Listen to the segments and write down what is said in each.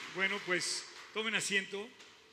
Bueno, pues tomen asiento.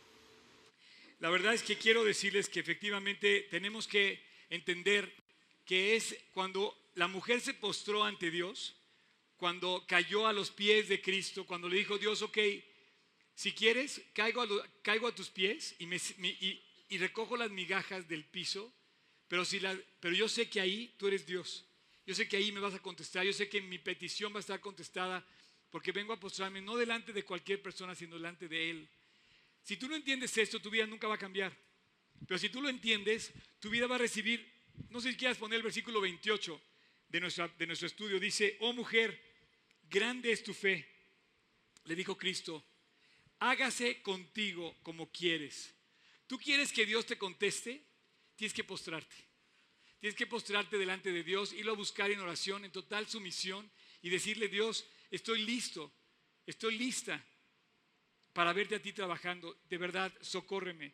La verdad es que quiero decirles que efectivamente tenemos que entender que es cuando la mujer se postró ante Dios, cuando cayó a los pies de Cristo, cuando le dijo Dios, ok, si quieres, caigo a tus pies y recojo las migajas del piso, pero yo sé que ahí tú eres Dios. Yo sé que ahí me vas a contestar, yo sé que mi petición va a estar contestada porque vengo a postrarme no delante de cualquier persona, sino delante de Él. Si tú no entiendes esto, tu vida nunca va a cambiar. Pero si tú lo entiendes, tu vida va a recibir, no sé si quieras poner el versículo 28 de nuestro estudio, dice, oh mujer, grande es tu fe, le dijo Cristo, hágase contigo como quieres. ¿Tú quieres que Dios te conteste? Tienes que postrarte. Tienes que postrarte delante de Dios, irlo a buscar en oración, en total sumisión y decirle, Dios, estoy listo, estoy lista para verte a ti trabajando. De verdad, socórreme.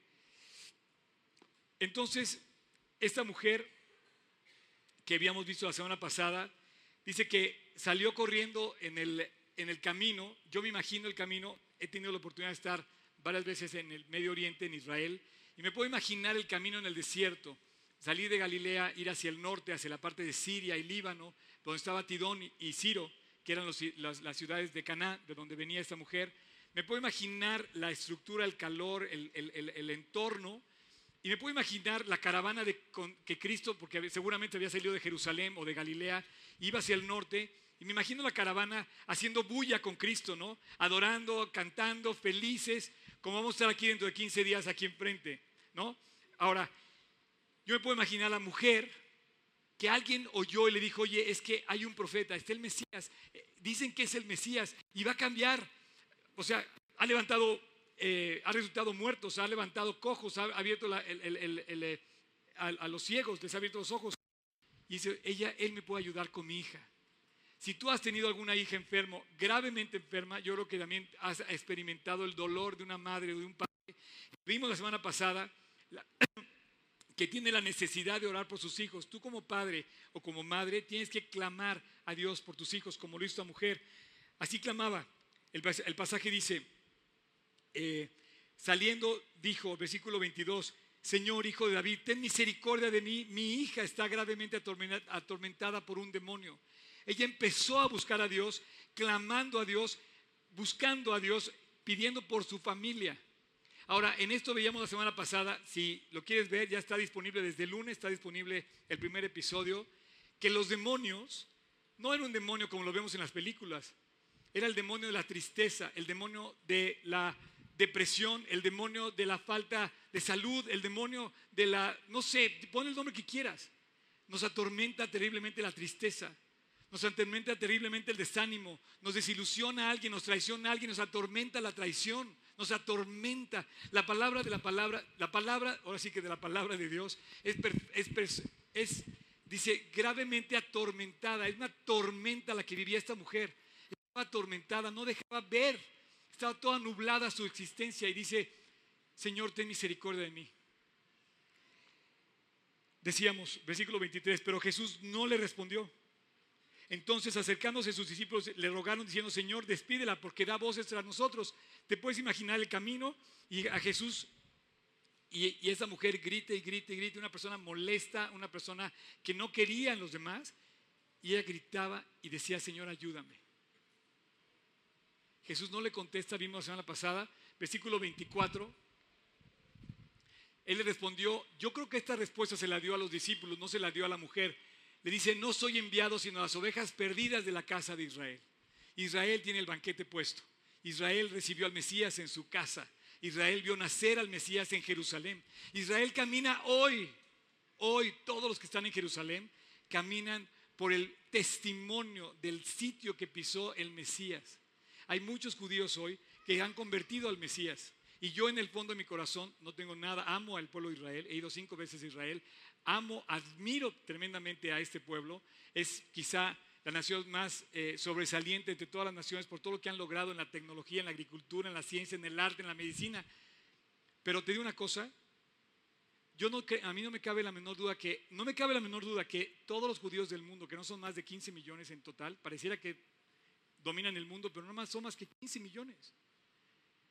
Entonces, esta mujer que habíamos visto la semana pasada, dice que salió corriendo en el camino. Yo me imagino el camino, he tenido la oportunidad de estar varias veces en el Medio Oriente, en Israel, y me puedo imaginar el camino en el desierto. Salir de Galilea, ir hacia el norte, hacia la parte de Siria y Líbano, donde estaba Tidón y Ciro, que eran las ciudades de Caná, de donde venía esta mujer. Me puedo imaginar la estructura, el calor, el entorno, y me puedo imaginar la caravana que Cristo, porque seguramente había salido de Jerusalén o de Galilea, iba hacia el norte, y me imagino la caravana haciendo bulla con Cristo, ¿no? Adorando, cantando, felices, como vamos a estar aquí dentro de 15 días aquí enfrente, ¿no? Ahora, yo me puedo imaginar a la mujer que alguien oyó y le dijo, oye, es que hay un profeta, está el Mesías, dicen que es el Mesías y va a cambiar. O sea, ha resucitado muertos, ha levantado cojos, ha abierto a los ciegos, les ha abierto los ojos. Y dice, él me puede ayudar con mi hija. Si tú has tenido alguna hija enfermo, gravemente enferma, yo creo que también has experimentado el dolor de una madre o de un padre. Vimos la semana pasada que tiene la necesidad de orar por sus hijos. Tú como padre o como madre tienes que clamar a Dios por tus hijos, como lo hizo esta mujer. Así clamaba. El pasaje dice, saliendo dijo, versículo 22, Señor, hijo de David, ten misericordia de mí, mi hija está gravemente atormentada por un demonio. Ella empezó a buscar a Dios, clamando a Dios, buscando a Dios, pidiendo por su familia. Ahora, en esto veíamos la semana pasada, si lo quieres ver, ya está disponible desde el lunes, está disponible el primer episodio, que los demonios no eran un demonio como lo vemos en las películas, era el demonio de la tristeza, el demonio de la depresión, el demonio de la falta de salud, el demonio de la, no sé, pon el nombre que quieras. Nos atormenta terriblemente la tristeza, nos atormenta terriblemente el desánimo, nos desilusiona a alguien, nos traiciona a alguien, nos atormenta la traición, nos atormenta. La palabra, ahora sí que de la palabra de Dios, dice, gravemente atormentada. Es una tormenta la que vivía esta mujer. Estaba atormentada, no dejaba ver, estaba toda nublada su existencia y dice, Señor, ten misericordia de mí. Decíamos, versículo 23, pero Jesús no le respondió. Entonces, acercándose a sus discípulos, le rogaron diciendo, Señor, despídela porque da voces tras nosotros. ¿Te puedes imaginar el camino? Y a Jesús y esa mujer grita y grita y grita, una persona molesta, una persona que no quería en los demás, y ella gritaba y decía, Señor, ayúdame. Jesús no le contesta, vimos la semana pasada, versículo 24. Él le respondió, yo creo que esta respuesta se la dio a los discípulos, no se la dio a la mujer. Le dice, no soy enviado sino a las ovejas perdidas de la casa de Israel. Israel tiene el banquete puesto. Israel recibió al Mesías en su casa. Israel vio nacer al Mesías en Jerusalén. Israel camina hoy todos los que están en Jerusalén caminan por el testimonio del sitio que pisó el Mesías. Hay muchos judíos hoy que han convertido al Mesías. Y yo en el fondo de mi corazón no tengo nada, amo al pueblo de Israel, he ido 5 veces a Israel, admiro tremendamente a este pueblo, es quizá la nación más sobresaliente entre todas las naciones por todo lo que han logrado en la tecnología, en la agricultura, en la ciencia, en el arte, en la medicina. Pero te digo una cosa, a mí no me cabe la menor duda que todos los judíos del mundo, que no son más de 15 millones en total, pareciera que dominan el mundo, pero no más son más que 15 millones.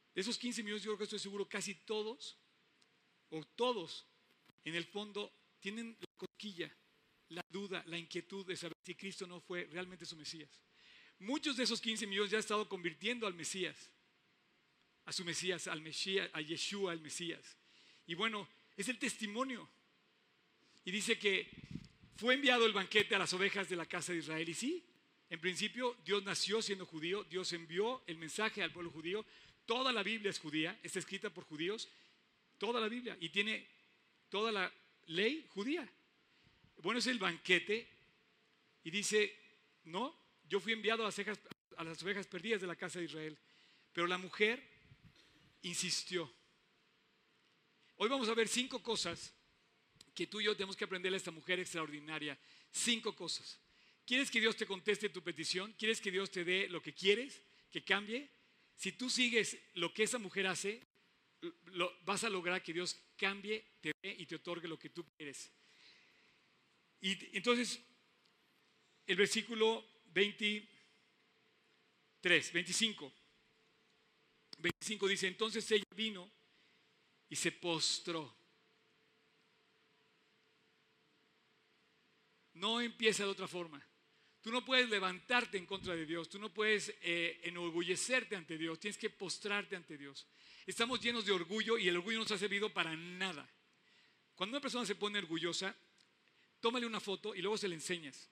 De esos 15 millones, yo creo que estoy seguro, casi todos, o todos, en el fondo, tienen la cosquilla, la duda, la inquietud de saber si Cristo no fue realmente su Mesías. Muchos de esos 15 millones ya han estado convirtiendo al Mesías, a su Mesías, al Mesías, a Yeshua, el Mesías. Y bueno, es el testimonio. Y dice que fue enviado el banquete a las ovejas de la casa de Israel. Y sí, en principio Dios nació siendo judío, Dios envió el mensaje al pueblo judío. Toda la Biblia es judía, está escrita por judíos, toda la Biblia, y tiene toda la ley judía. Bueno, es el banquete, y dice, no, yo fui enviado a las ovejas perdidas de la casa de Israel, pero la mujer insistió. Hoy vamos a ver 5 cosas que tú y yo tenemos que aprenderle a esta mujer extraordinaria. 5 cosas. ¿Quieres que Dios te conteste tu petición? ¿Quieres que Dios te dé lo que quieres, que cambie? Si tú sigues lo que esa mujer hace, vas a lograr que Dios cambie, te dé y te otorgue lo que tú quieres. Y entonces, el versículo 25 dice, entonces ella vino y se postró. No empieza de otra forma. Tú no puedes levantarte en contra de Dios, tú no puedes enorgullecerte ante Dios, tienes que postrarte ante Dios. Estamos llenos de orgullo y el orgullo no nos ha servido para nada. Cuando una persona se pone orgullosa, tómale una foto y luego se la enseñas,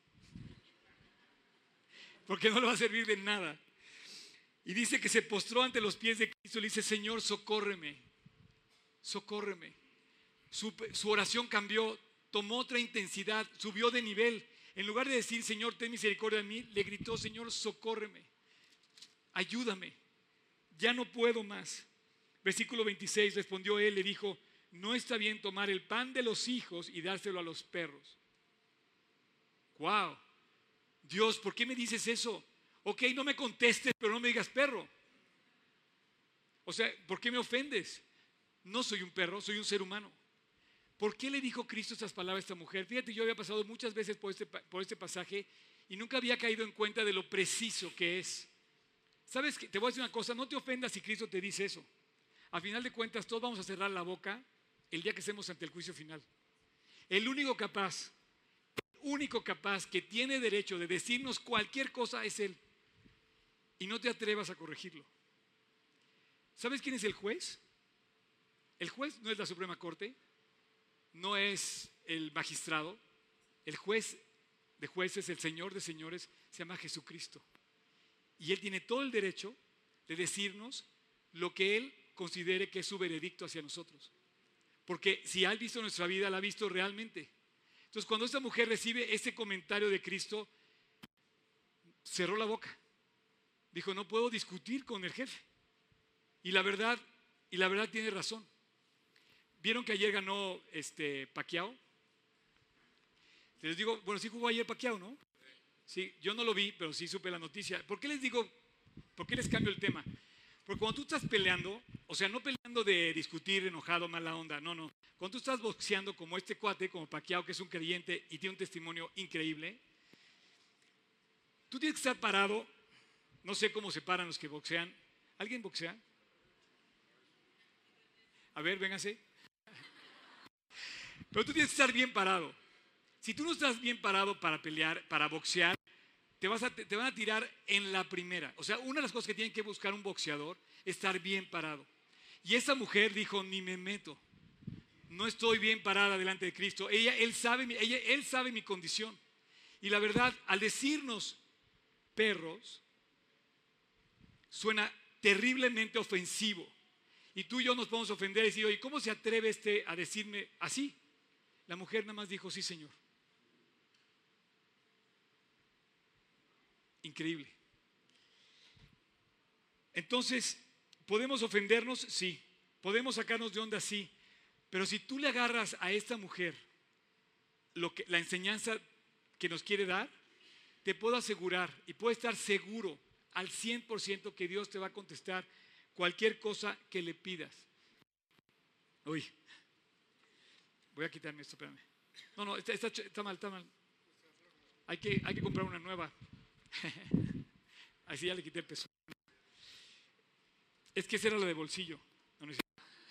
porque no le va a servir de nada. Y dice que se postró ante los pies de Cristo y le dice, Señor, socórreme, socórreme. Su oración cambió, tomó otra intensidad, subió de nivel. En lugar de decir, Señor, ten misericordia de mí, le gritó, Señor, socórreme, ayúdame, ya no puedo más. Versículo 26, respondió él, le dijo, no está bien tomar el pan de los hijos y dárselo a los perros. Wow, Dios, ¿por qué me dices eso? Ok, no me contestes, pero no me digas perro. O sea, ¿por qué me ofendes? No soy un perro, soy un ser humano. ¿Por qué le dijo Cristo estas palabras a esta mujer? Fíjate, yo había pasado muchas veces por este pasaje y nunca había caído en cuenta de lo preciso que es. ¿Sabes qué? Te voy a decir una cosa, no te ofendas si Cristo te dice eso. A final de cuentas, todos vamos a cerrar la boca el día que estemos ante el juicio final. El único capaz que tiene derecho de decirnos cualquier cosa es Él. Y no te atrevas a corregirlo. ¿Sabes quién es el juez? El juez no es la Suprema Corte, no es el magistrado. El juez de jueces, el Señor de señores, se llama Jesucristo. Y Él tiene todo el derecho de decirnos lo que Él considere que es su veredicto hacia nosotros. Porque si ha visto nuestra vida, la ha visto realmente. Entonces, cuando esta mujer recibe ese comentario de Cristo, cerró la boca. Dijo, no puedo discutir con el jefe. Y la verdad tiene razón. ¿Vieron que ayer ganó Pacquiao? Les digo, bueno, sí jugó ayer Pacquiao, ¿no? Sí, yo no lo vi, pero sí supe la noticia. ¿Por qué les cambio el tema? Porque cuando tú estás peleando, o sea, no peleando de discutir enojado, mala onda, no. Cuando tú estás boxeando como este cuate, como Pacquiao, que es un creyente y tiene un testimonio increíble, tú tienes que estar parado. No sé cómo se paran los que boxean. ¿Alguien boxea? A ver, véngase. Pero tú tienes que estar bien parado. Si tú no estás bien parado para pelear, para boxear, te van a tirar en la primera. O sea, una de las cosas que tiene que buscar un boxeador es estar bien parado. Y esa mujer dijo, ni me meto. No estoy bien parada delante de Cristo. Él sabe mi condición. Y la verdad, al decirnos perros, suena terriblemente ofensivo. Y tú y yo nos podemos ofender y decir, oye, ¿cómo se atreve a decirme así? La mujer nada más dijo, sí, Señor. Increíble. Entonces, ¿podemos ofendernos? Sí. ¿Podemos sacarnos de onda? Sí. Pero si tú le agarras a esta mujer la enseñanza que nos quiere dar, te puedo asegurar y puedo estar seguro al 100% que Dios te va a contestar cualquier cosa que le pidas. Uy, voy a quitarme esto, espérame. No, está mal. Hay que comprar una nueva. Así ya le quité el peso. Es que esa era la de bolsillo. No, no es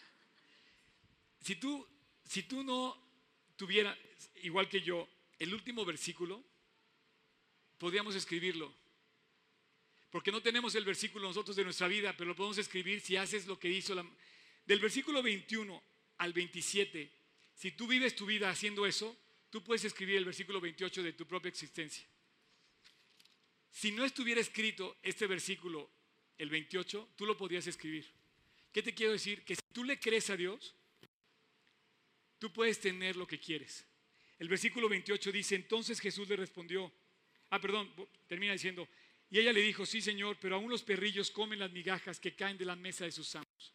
cierto. Si tú no tuvieras, igual que yo, el último versículo, podríamos escribirlo. Porque no tenemos el versículo nosotros de nuestra vida, pero lo podemos escribir si haces lo que hizo del versículo 21 al 27. Si tú vives tu vida haciendo eso, tú puedes escribir el versículo 28 de tu propia existencia. Si no estuviera escrito este versículo, el 28, tú lo podrías escribir. ¿Qué te quiero decir? Que si tú le crees a Dios, tú puedes tener lo que quieres. El versículo 28 dice, entonces Jesús le respondió, termina diciendo, y ella le dijo, sí Señor, pero aún los perrillos comen las migajas que caen de la mesa de sus amos.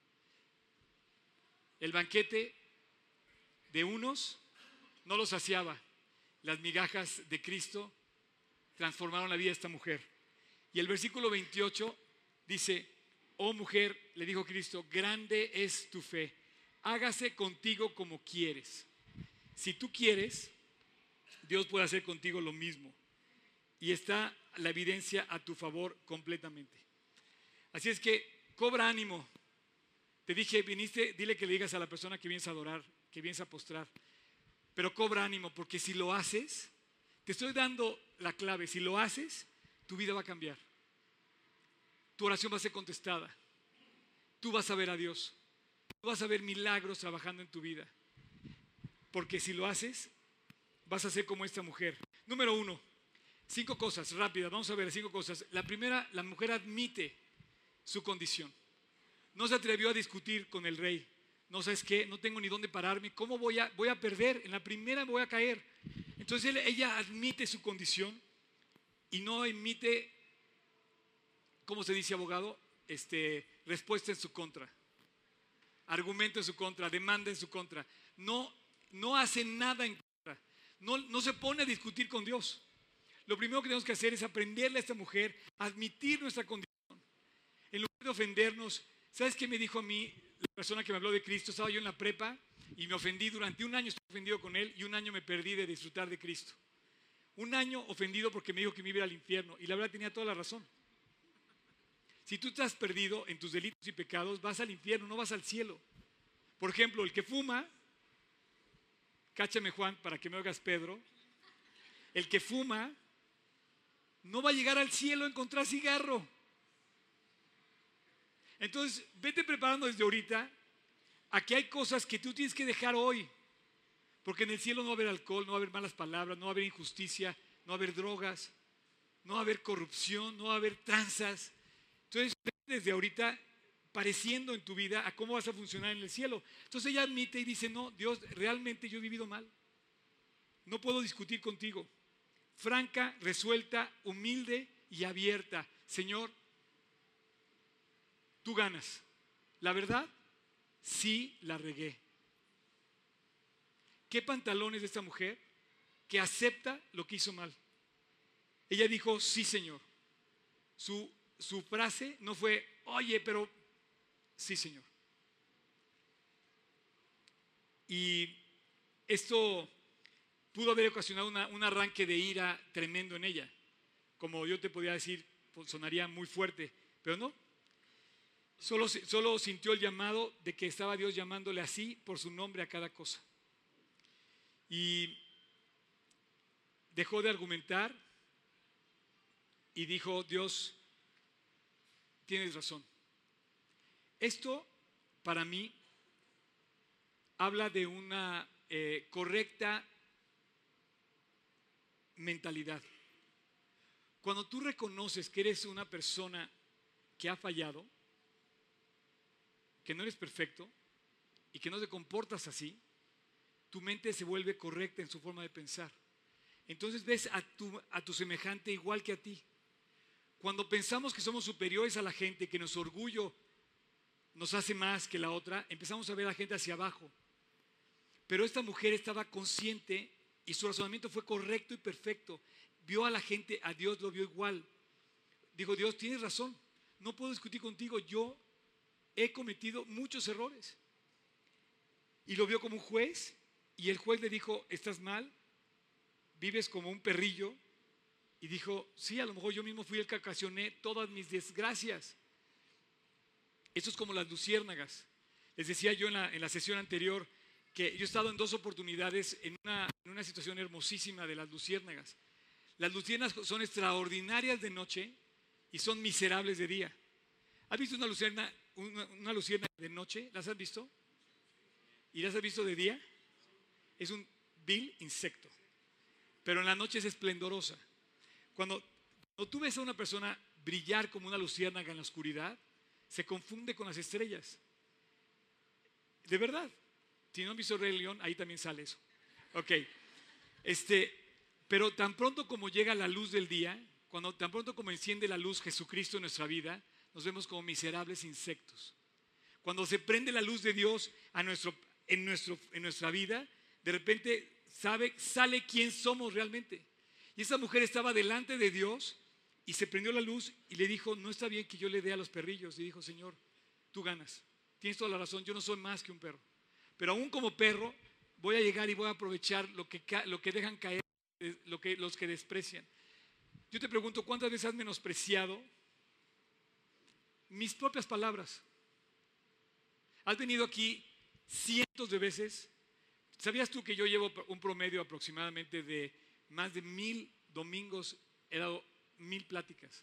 El banquete de unos no los saciaba. Las migajas de Cristo transformaron la vida de esta mujer. Y el versículo 28 dice, oh mujer, le dijo Cristo, grande es tu fe, hágase contigo como quieres. Si tú quieres, Dios puede hacer contigo lo mismo. Y está la evidencia a tu favor completamente. Así es que cobra ánimo. Te dije, viniste, dile que le digas a la persona que vienes a adorar, que vienes a postrar. Pero cobra ánimo, porque si lo haces, te estoy dando la clave. Si lo haces, tu vida va a cambiar. Tu oración va a ser contestada. Tú vas a ver a Dios. Tú vas a ver milagros trabajando en tu vida. Porque si lo haces, vas a ser como esta mujer. Número 1, 5 cosas rápidas. Vamos a ver 5 cosas. La primera, la mujer admite su condición. No se atrevió a discutir con el rey. No, ¿sabes qué? No tengo ni dónde pararme. ¿Cómo voy a perder? En la primera me voy a caer. Entonces ella admite su condición y no emite, ¿cómo se dice, abogado? Respuesta en su contra. Argumento en su contra, demanda en su contra. No hace nada en contra. No se pone a discutir con Dios. Lo primero que tenemos que hacer es aprenderle a esta mujer, admitir nuestra condición. En lugar de ofendernos, ¿sabes qué me dijo a mí la persona que me habló de Cristo? Estaba yo en la prepa y me ofendí durante un año, estuve ofendido con él y un año me perdí de disfrutar de Cristo. Un año ofendido porque me dijo que me iba al infierno y la verdad tenía toda la razón. Si tú estás perdido en tus delitos y pecados, vas al infierno, no vas al cielo. Por ejemplo, el que fuma, cáchame Juan para que me oigas Pedro, el que fuma no va a llegar al cielo a encontrar cigarro. Entonces, vete preparando desde ahorita. Aquí hay cosas que tú tienes que dejar hoy. Porque en el cielo no va a haber alcohol, no va a haber malas palabras, no va a haber injusticia, no va a haber drogas, no va a haber corrupción, no va a haber tranzas. Entonces, vete desde ahorita pareciendo en tu vida a cómo vas a funcionar en el cielo. Entonces ella admite y dice, no, Dios, realmente yo he vivido mal. No puedo discutir contigo. Franca, resuelta, humilde y abierta. Señor, tú ganas. La verdad, sí la regué. ¿Qué pantalones de esta mujer que acepta lo que hizo mal? Ella dijo, sí, Señor. Su frase no fue, oye, pero sí, Señor. Y esto pudo haber ocasionado un arranque de ira tremendo en ella. Como yo te podía decir, pues sonaría muy fuerte, pero no. Solo sintió el llamado de que estaba Dios llamándole así por su nombre a cada cosa. Y dejó de argumentar y dijo, Dios, tienes razón. Esto para mí habla de una correcta mentalidad. Cuando tú reconoces que eres una persona que ha fallado, que no eres perfecto y que no te comportas así, tu mente se vuelve correcta en su forma de pensar. Entonces ves a tu semejante igual que a ti. Cuando pensamos que somos superiores a la gente, que nuestro orgullo nos hace más que la otra, empezamos a ver a la gente hacia abajo. Pero esta mujer estaba consciente y su razonamiento fue correcto y perfecto. Vio a la gente, a Dios lo vio igual. Dijo, Dios, tienes razón, no puedo discutir contigo, yo he cometido muchos errores. Y lo vio como un juez y el juez le dijo, estás mal, vives como un perrillo. Y dijo, sí, a lo mejor yo mismo fui el que ocasioné todas mis desgracias. Esto es como las luciérnagas. Les decía yo en la sesión anterior que yo he estado en 2 oportunidades en una situación hermosísima de las luciérnagas. Las luciérnagas son extraordinarias de noche y son miserables de día. ¿Has visto una luciérnaga de noche? ¿Las has visto? ¿Y las has visto de día? Es un vil insecto, pero en la noche es esplendorosa. Cuando tú ves a una persona brillar como una luciérnaga en la oscuridad, se confunde con las estrellas. De verdad. Si no han visto Rey León, ahí también sale eso. Ok. Pero tan pronto como llega la luz del día, tan pronto como enciende la luz Jesucristo en nuestra vida, nos vemos como miserables insectos. Cuando se prende la luz de Dios en nuestra vida, de repente sale quién somos realmente. Y esa mujer estaba delante de Dios y se prendió la luz y le dijo, no está bien que yo le dé a los perrillos. Y dijo, Señor, tú ganas, tienes toda la razón, yo no soy más que un perro. Pero aún como perro voy a llegar y voy a aprovechar lo que dejan caer, los que desprecian. Yo te pregunto, ¿cuántas veces has menospreciado mis propias palabras? Has venido aquí cientos de veces. ¿Sabías tú que yo llevo un promedio aproximadamente de más de 1000 domingos? He dado 1000 pláticas.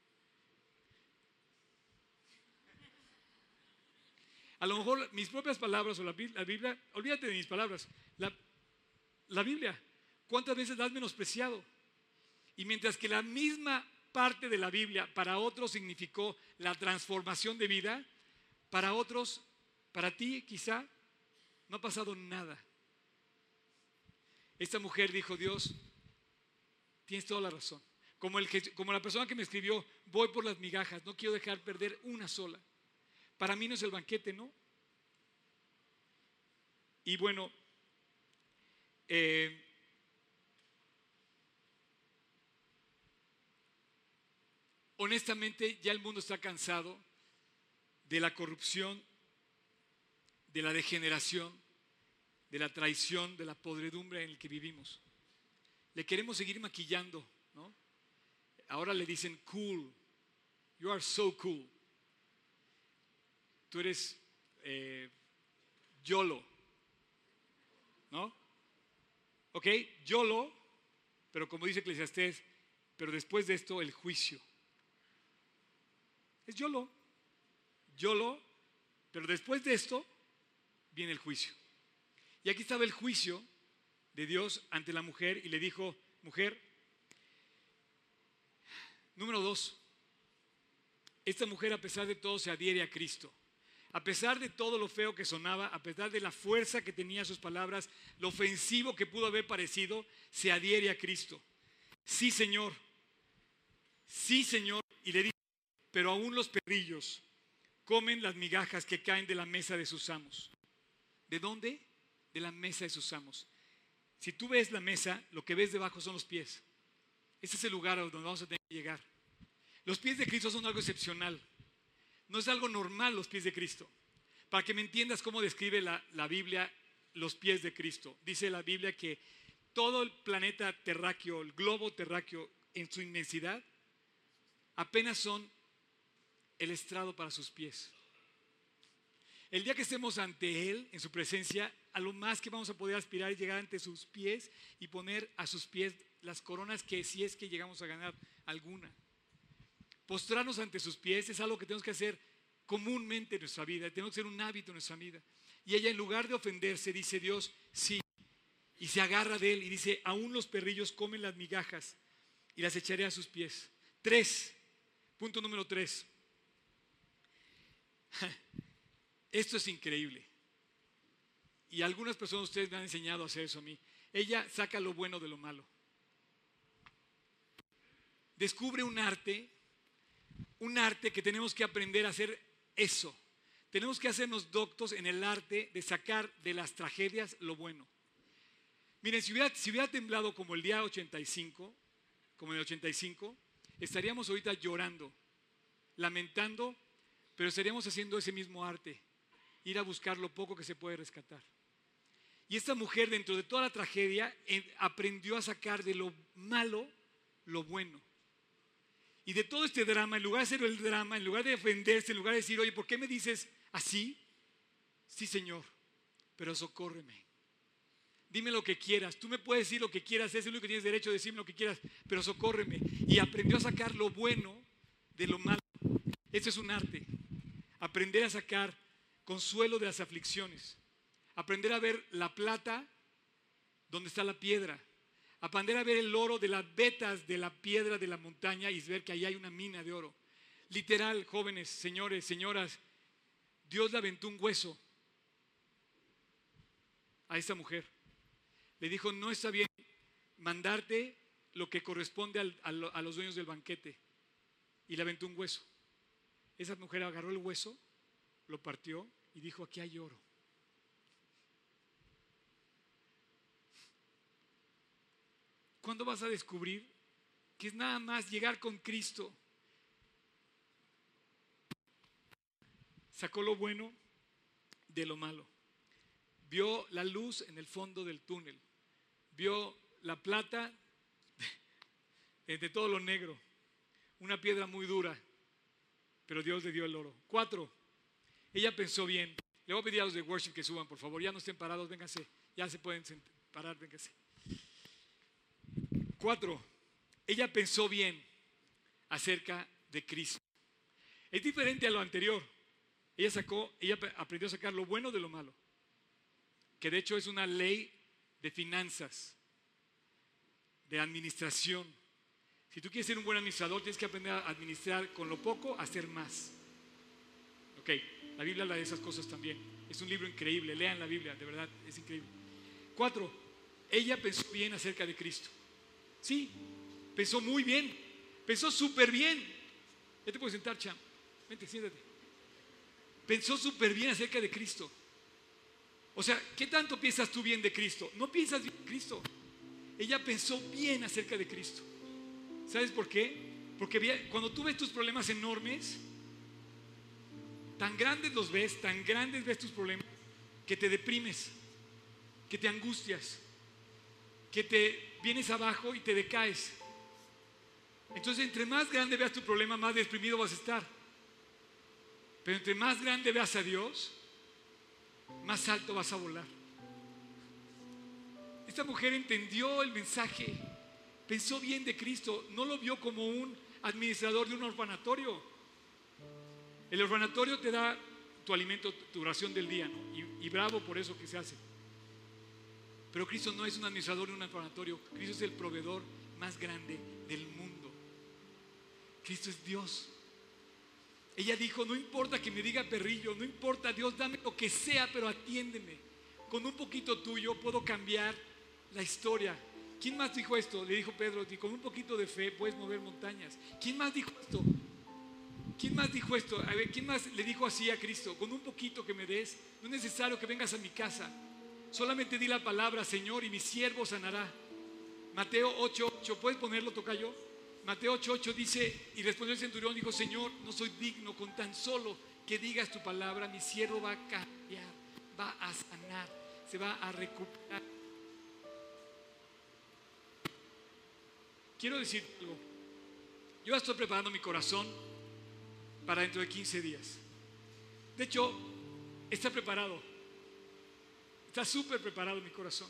A lo mejor mis propias palabras o la Biblia, olvídate de mis palabras, la Biblia, ¿cuántas veces la has menospreciado? Y mientras que la misma parte de la Biblia para otros significó la transformación de vida, para otros, para ti quizá, no ha pasado nada. Esta mujer dijo, Dios, tienes toda la razón. Como la persona que me escribió, voy por las migajas, no quiero dejar perder una sola. Para mí no es el banquete, ¿no? Y bueno, honestamente ya el mundo está cansado de la corrupción, de la degeneración, de la traición, de la podredumbre en el que vivimos. Le queremos seguir maquillando, ¿no? Ahora le dicen cool, you are so cool. Tú eres YOLO, ¿no? Ok, YOLO, pero como dice Eclesiastés, pero después de esto el juicio. Es YOLO, pero después de esto viene el juicio. Y aquí estaba el juicio de Dios ante la mujer y le dijo, mujer, número 2, esta mujer a pesar de todo se adhiere a Cristo. A pesar de todo lo feo que sonaba, a pesar de la fuerza que tenía sus palabras, lo ofensivo que pudo haber parecido, se adhiere a Cristo. Sí, Señor. Sí, Señor. Y le dice, pero aún los perrillos comen las migajas que caen de la mesa de sus amos. ¿De dónde? De la mesa de sus amos. Si tú ves la mesa, lo que ves debajo son los pies. Ese es el lugar a donde vamos a tener que llegar. Los pies de Cristo son algo excepcional. No es algo normal los pies de Cristo. Para que me entiendas cómo describe la Biblia los pies de Cristo. Dice la Biblia que todo el planeta terráqueo, el globo terráqueo en su inmensidad, apenas son el estrado para sus pies. El día que estemos ante Él, en su presencia, a lo más que vamos a poder aspirar es llegar ante sus pies y poner a sus pies las coronas que si es que llegamos a ganar alguna. Postrarnos ante sus pies es algo que tenemos que hacer comúnmente en nuestra vida, tenemos que ser un hábito en nuestra vida. Y ella en lugar de ofenderse dice Dios, sí, y se agarra de él y dice, aún los perrillos comen las migajas y las echaré a sus pies. 3, punto número 3. Esto es increíble. Y algunas personas de ustedes me han enseñado a hacer eso a mí. Ella saca lo bueno de lo malo. Descubre un arte que tenemos que aprender a hacer eso. Tenemos que hacernos doctos en el arte de sacar de las tragedias lo bueno. Miren, si hubiera temblado como el día 85, como en el 85, estaríamos ahorita llorando, lamentando, pero estaríamos haciendo ese mismo arte, ir a buscar lo poco que se puede rescatar. Y esta mujer, dentro de toda la tragedia, aprendió a sacar de lo malo lo bueno. Y de todo este drama, en lugar de hacer el drama, en lugar de ofenderse, en lugar de decir, oye, ¿por qué me dices así? Sí, Señor, pero socórreme. Dime lo que quieras, tú me puedes decir lo que quieras, es el único que tienes derecho a decirme lo que quieras, pero socórreme. Y aprendió a sacar lo bueno de lo malo. Este es un arte. Aprender a sacar consuelo de las aflicciones. Aprender a ver la plata donde está la piedra. Aprender a ver el oro de las vetas de la piedra de la montaña y ver que ahí hay una mina de oro. Literal, jóvenes, señores, señoras, Dios le aventó un hueso a esta mujer. Le dijo, no está bien mandarte lo que corresponde a los dueños del banquete. Y le aventó un hueso. Esa mujer agarró el hueso, lo partió y dijo, aquí hay oro. ¿Cuándo vas a descubrir que es nada más llegar con Cristo? Sacó lo bueno de lo malo. Vio la luz en el fondo del túnel. Vio la plata de todo lo negro. Una piedra muy dura, pero Dios le dio el oro. 4, ella pensó bien. Le voy a pedir a los de worship que suban, por favor. Ya no estén parados, vénganse. Ya se pueden parar, vénganse. 4, ella pensó bien acerca de Cristo. Es diferente a lo anterior. Ella aprendió a sacar lo bueno de lo malo, que de hecho es una ley de finanzas, de administración. Si tú quieres ser un buen administrador, tienes que aprender a administrar con lo poco, a hacer más. Ok, la Biblia habla de esas cosas también. Es un libro increíble, lean la Biblia, de verdad, es increíble. 4, ella pensó bien acerca de Cristo. Sí, pensó muy bien, pensó súper bien. Ya te puedes sentar, Cham. Vente, siéntate. Pensó súper bien acerca de Cristo. O sea, ¿qué tanto piensas tú bien de Cristo? No piensas bien de Cristo. Ella pensó bien acerca de Cristo. ¿Sabes por qué? Porque cuando tú ves tus problemas enormes, tan grandes los ves, tan grandes ves tus problemas, que te deprimes, que te angustias, que te vienes abajo y te decaes. Entonces, entre más grande veas tu problema, más deprimido vas a estar. Pero entre más grande veas a Dios, más alto vas a volar. Esta mujer entendió el mensaje, pensó bien de Cristo, no lo vio como un administrador de un orfanatorio. El orfanatorio te da tu alimento, tu ración del día, ¿no? Y bravo por eso que se hace. Pero Cristo no es un administrador de un orfanatorio. Cristo es el proveedor más grande del mundo. Cristo es Dios. Ella dijo, no importa que me diga perrillo, no importa, Dios, dame lo que sea, pero atiéndeme. Con un poquito tuyo puedo cambiar la historia. ¿Quién más dijo esto? Le dijo Pedro, y con un poquito de fe puedes mover montañas. ¿Quién más dijo esto? ¿Quién más dijo esto? A ver, ¿quién más le dijo así a Cristo? Con un poquito que me des, no es necesario que vengas a mi casa. Solamente di la palabra, Señor, y mi siervo sanará. Mateo 8:8, ¿puedes ponerlo, tocayo? Mateo 8:8 dice, y respondió el centurión, dijo, Señor, no soy digno, con tan solo que digas tu palabra, mi siervo va a cambiar, va a sanar, se va a recuperar. Quiero decir algo. Yo estoy preparando mi corazón para dentro de 15 días. De hecho, está preparado. Está súper preparado mi corazón.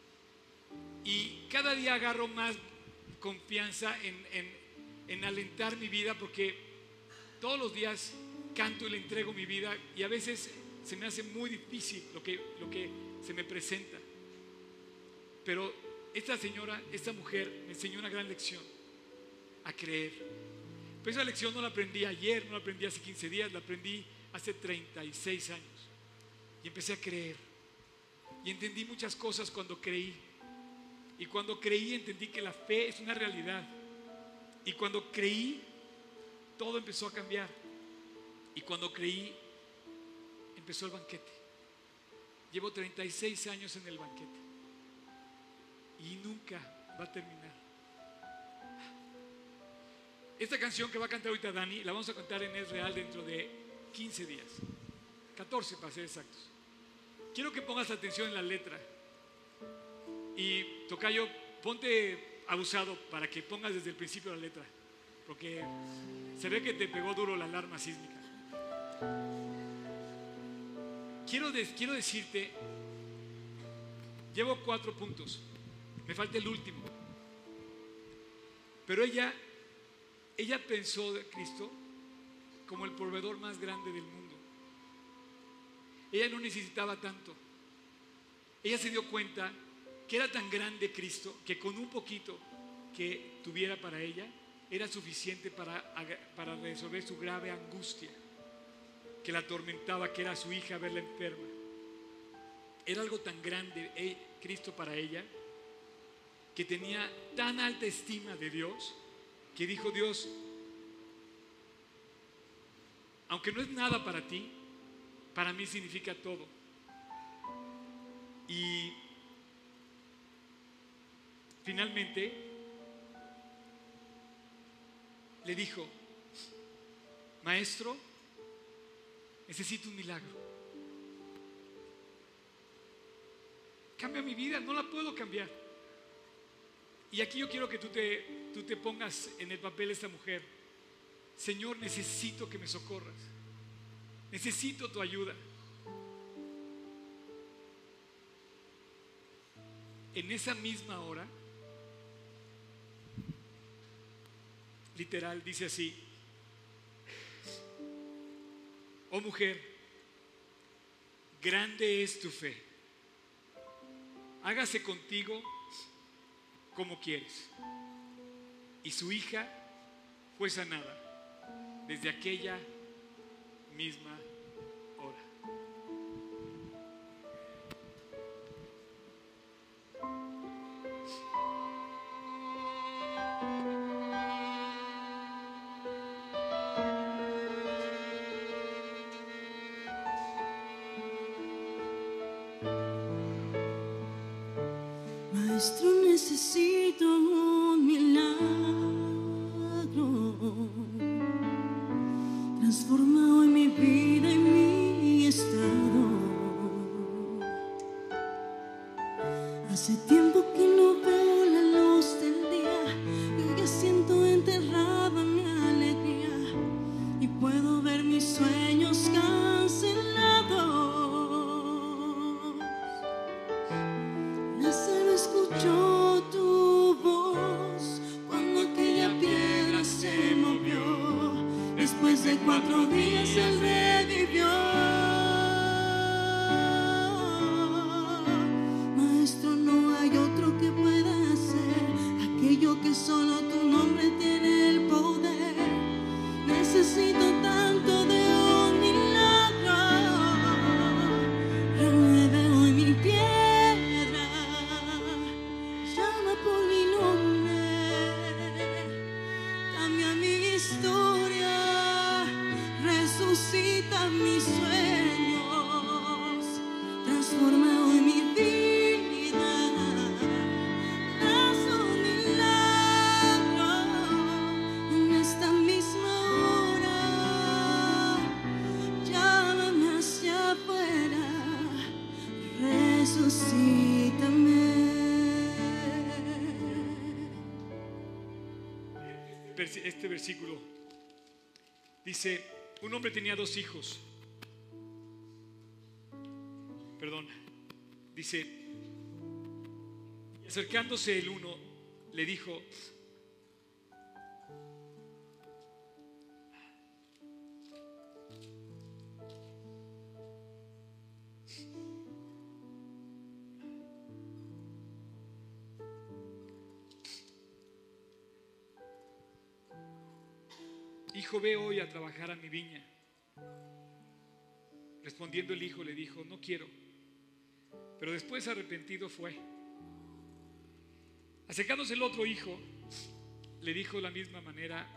Y cada día agarro más confianza en alentar mi vida, porque todos los días canto y le entrego mi vida, y a veces se me hace muy difícil lo que se me presenta. Pero esta mujer me enseñó una gran lección: a creer. Pero esa lección no la aprendí ayer, no la aprendí hace 15 días, la aprendí hace 36 años. Y empecé a creer. Y entendí muchas cosas cuando creí. Y cuando creí entendí que la fe es una realidad. Y cuando creí, todo empezó a cambiar. Y cuando creí, empezó el banquete. Llevo 36 años en el banquete. Y nunca va a terminar. Esta canción que va a cantar ahorita Dani, la vamos a cantar en Es Real dentro de 15 días. 14 para ser exactos. Quiero que pongas atención en la letra. Y tocayo, ponte abusado para que pongas desde el principio la letra. porque se ve que te pegó duro la alarma sísmica. Quiero decirte, llevo 4 puntos, me falta el último. Pero ella pensó de Cristo como el proveedor más grande del mundo. Ella no necesitaba tanto. Ella se dio cuenta que era tan grande Cristo que con un poquito que tuviera para ella era suficiente para resolver su grave angustia que la atormentaba, que era su hija verla enferma. Era algo tan grande Cristo para ella, que tenía tan alta estima de Dios, que dijo: Dios, aunque no es nada para ti, para mí significa todo. Y finalmente le dijo: Maestro, necesito un milagro. Cambia mi vida, no la puedo cambiar. Y aquí yo quiero que tú te pongas en el papel de esta mujer. Señor, necesito que me socorras. Necesito tu ayuda. En esa misma hora, literal, dice así: oh mujer, grande es tu fe. Hágase contigo como quieres. Y su hija fue sanada desde aquella misma hora. Maestro, necesito un milagro. Transforma hoy mi vida y mi estado. Hace tiempo que no veo la luz del día, y ya siento enterrada mi alegría, y puedo ver mis sueños cancelados. Lázaro escuchó tu voz cuando aquella piedra se movió. Después de 4 días él revivió. Maestro, no hay otro que pueda hacer aquello que solo tu nombre tiene el poder. Necesito tanto de un milagro. Remueve hoy mi piedra, llama por mi nombre, cambia mi historia, resucita mis sueños, transforma hoy mi vida. Haz un milagro en esta misma hora. Llámame hacia afuera, resucítame. Este versículo dice: un hombre tenía 2 hijos. Perdón. Dice: acercándose el uno, le dijo: hijo, ve hoy a trabajar a mi viña. Respondiendo el hijo le dijo: no quiero. Pero después, arrepentido, fue. Acercándose el otro hijo, le dijo de la misma manera,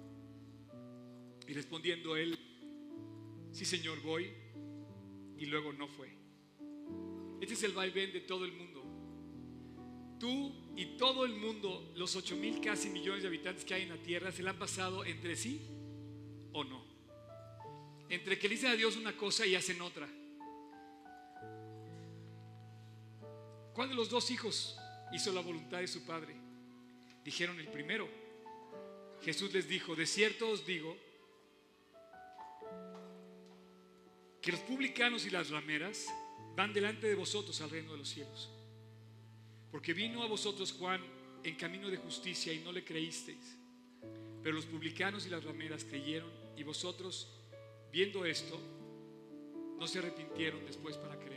y respondiendo él: sí, Señor, voy. Y luego no fue. Este es el vaivén de todo el mundo. Tú y todo el mundo, los 8,000 casi millones de habitantes que hay en la tierra, se la han pasado entre sí o no. Entre que le dicen a Dios una cosa y hacen otra. ¿Cuál de los 2 hijos hizo la voluntad de su padre? Dijeron el primero. Jesús les dijo: de cierto os digo que los publicanos y las rameras van delante de vosotros al reino de los cielos. Porque vino a vosotros Juan en camino de justicia y no le creísteis, pero los publicanos y las rameras creyeron, y vosotros, viendo esto, no se arrepintieron después para creer.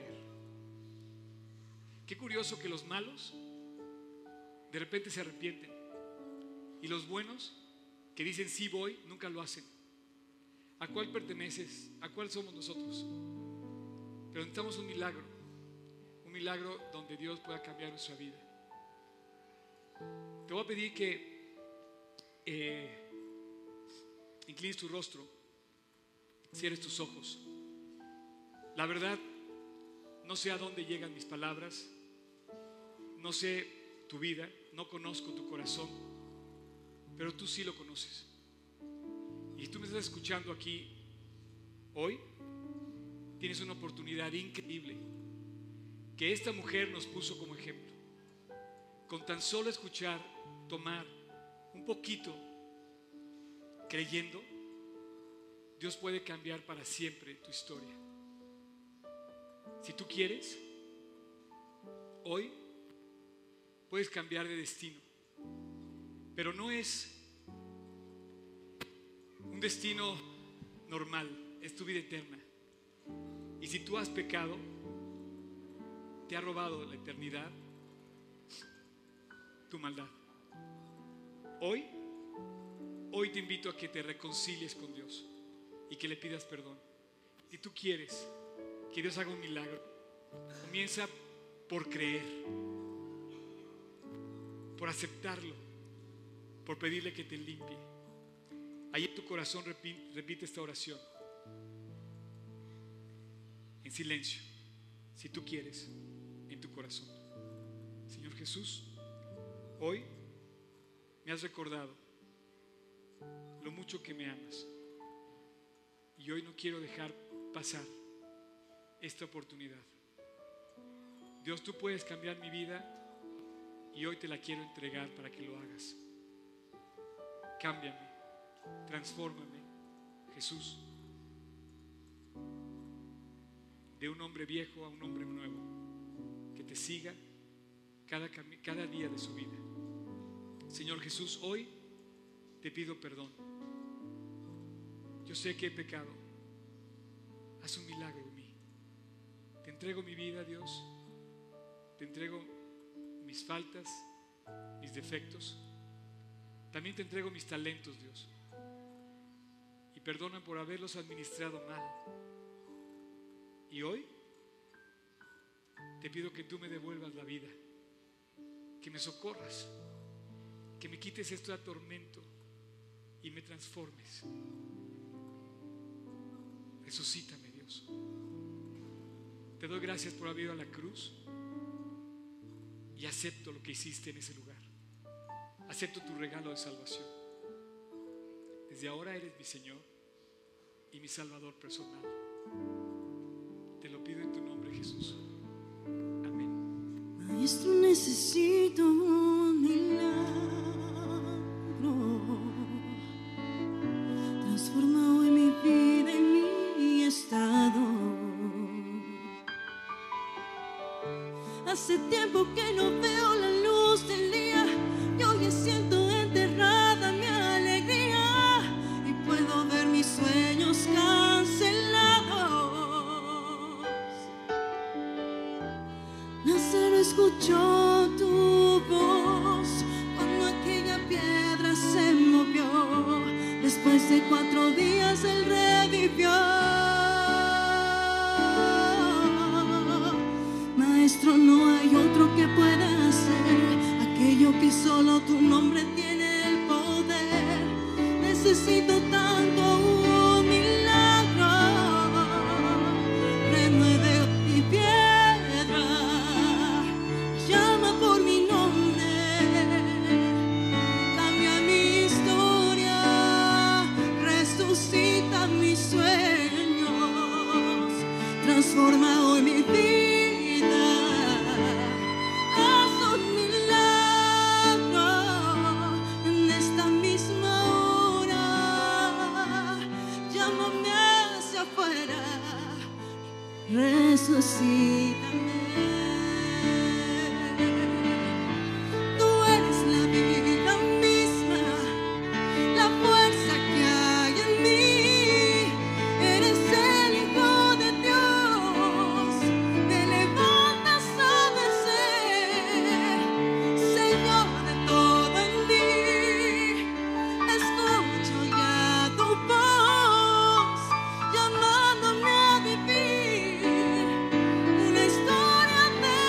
Qué curioso que los malos de repente se arrepienten, y los buenos que dicen sí voy, nunca lo hacen. ¿A cuál perteneces? ¿A cuál somos nosotros? Pero necesitamos un milagro donde Dios pueda cambiar nuestra vida. Te voy a pedir que inclines tu rostro, cierres tus ojos. La verdad, no sé a dónde llegan mis palabras, no sé tu vida, no conozco tu corazón, pero tú sí lo conoces. Y tú me estás escuchando aquí hoy, tienes una oportunidad increíble que esta mujer nos puso como ejemplo. Con tan solo escuchar, tomar un poquito, creyendo, Dios puede cambiar para siempre tu historia. Si tú quieres, hoy puedes cambiar de destino, pero no es un destino normal, es tu vida eterna. Y si tú has pecado, te ha robado la eternidad, tu maldad. Hoy te invito a que te reconcilies con Dios y que le pidas perdón. Si tú quieres que Dios haga un milagro, comienza por creer, por aceptarlo, por pedirle que te limpie. Ahí en tu corazón repite esta oración en silencio, si tú quieres, en tu corazón. Señor Jesús, hoy me has recordado lo mucho que me amas, y hoy no quiero dejar pasar esta oportunidad. Dios, tú puedes cambiar mi vida y hoy te la quiero entregar para que lo hagas. Cámbiame, transfórmame, Jesús, de un hombre viejo a un hombre nuevo, que te siga cada día de su vida. Señor Jesús, hoy te pido perdón. Yo sé que he pecado. Haz un milagro en mí. Te entrego mi vida, Dios. Te entrego mis faltas, mis defectos. También te entrego mis talentos, Dios. Y perdona por haberlos administrado mal. Y hoy te pido que tú me devuelvas la vida, que me socorras, que me quites este atormento y me transformes. Resucítame, Dios. Te doy gracias por haber ido a la cruz y acepto lo que hiciste en ese lugar. Acepto tu regalo de salvación. Desde ahora eres mi Señor y mi Salvador personal. Te lo pido en tu nombre, Jesús. Amén. Maestro, necesito un milagro. Transforma hoy mi vida y mi estado. Hace tiempo que no veo la luz del día y hoy siento enterrada mi alegría y puedo ver mis sueños cancelados. Lázaro escuchó tu voz cuando aquella piedra se movió. Después de 4 días él revivió. Maestro, no hay otro que pueda hacer aquello que solo tu nombre tiene el poder. Necesito tanto un milagro. Remueve mi piedra, llama por mi nombre, cambia mi historia, resucita mis sueños, transforma hoy mi vida. Haz un milagro en esta misma hora. resucítame. Tú eres la vida misma, la fuerza que hay en mí. Eres el Hijo de Dios, te levantas a vencer, Señor de todo en mí. Escucho ya tu voz llamándome a vivir una historia de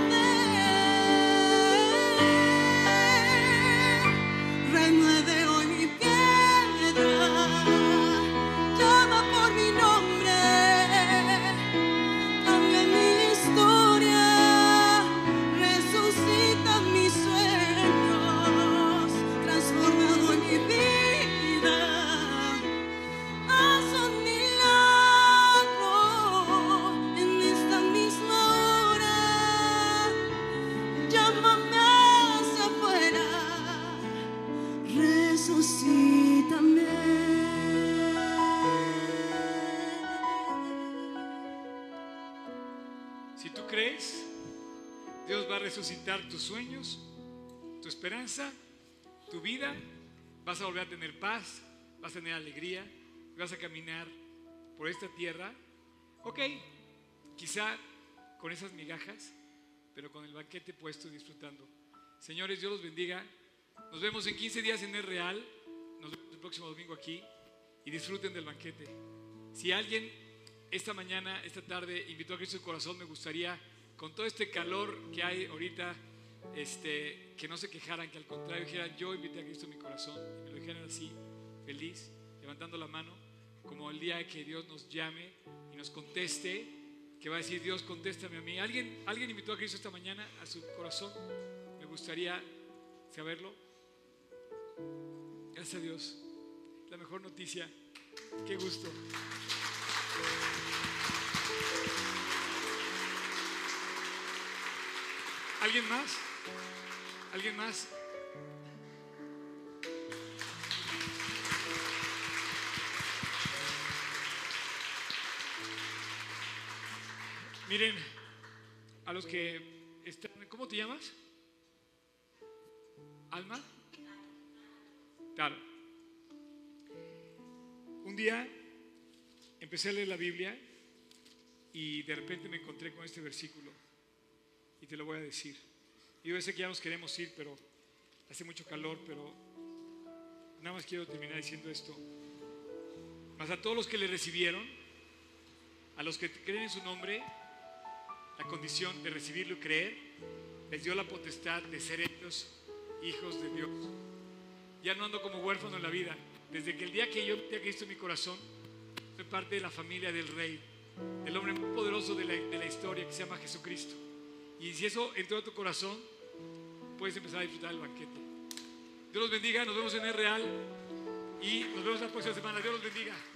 poder. Remueve hoy mi piedra, llama por mi nombre, cambia mi historia, resucita mis sueños, transforma hoy mi vida, haz un milagro en esta misma hora, llámame hacia afuera, resucítame. Si tú crees, Dios va a resucitar tus sueños, tu esperanza, tu vida. Vas a volver a tener paz, vas a tener alegría, vas a caminar por esta tierra. Ok, quizá con esas migajas, pero con el banquete puesto y disfrutando. Señores, Dios los bendiga. Nos vemos en 15 días en El Real. Nos vemos el próximo domingo aquí y disfruten del banquete. Si alguien esta mañana, esta tarde invitó a Cristo su corazón, me gustaría, con todo este calor que hay ahorita, que no se quejaran, que al contrario dijeran: yo invité a Cristo a mi corazón, y me lo dijeran así, feliz, levantando la mano, como el día que Dios nos llame y nos conteste, que va a decir: Dios, contéstame a mí. ¿Alguien invitó a Cristo esta mañana a su corazón? Me gustaría saberlo. Gracias a Dios, la mejor noticia. Qué gusto. ¿Alguien más? ¿Alguien más? Miren, a los que están, ¿cómo te llamas? ¿Alma? Claro. Un día empecé a leer la Biblia y de repente me encontré con este versículo y te lo voy a decir. Yo sé que ya nos queremos ir, pero hace mucho calor, pero nada más quiero terminar diciendo esto. Mas a todos los que le recibieron, a los que creen en su nombre, la condición de recibirlo y creer, les dio la potestad de ser ellos hijos de Dios. Ya no ando como huérfano en la vida. Desde que el día que yo metí a Cristo en mi corazón, soy parte de la familia del Rey, del hombre más poderoso de la historia, que se llama Jesucristo. Y si eso entró a tu corazón, puedes empezar a disfrutar del banquete. Dios los bendiga, nos vemos en El Real y nos vemos la próxima semana. Dios los bendiga.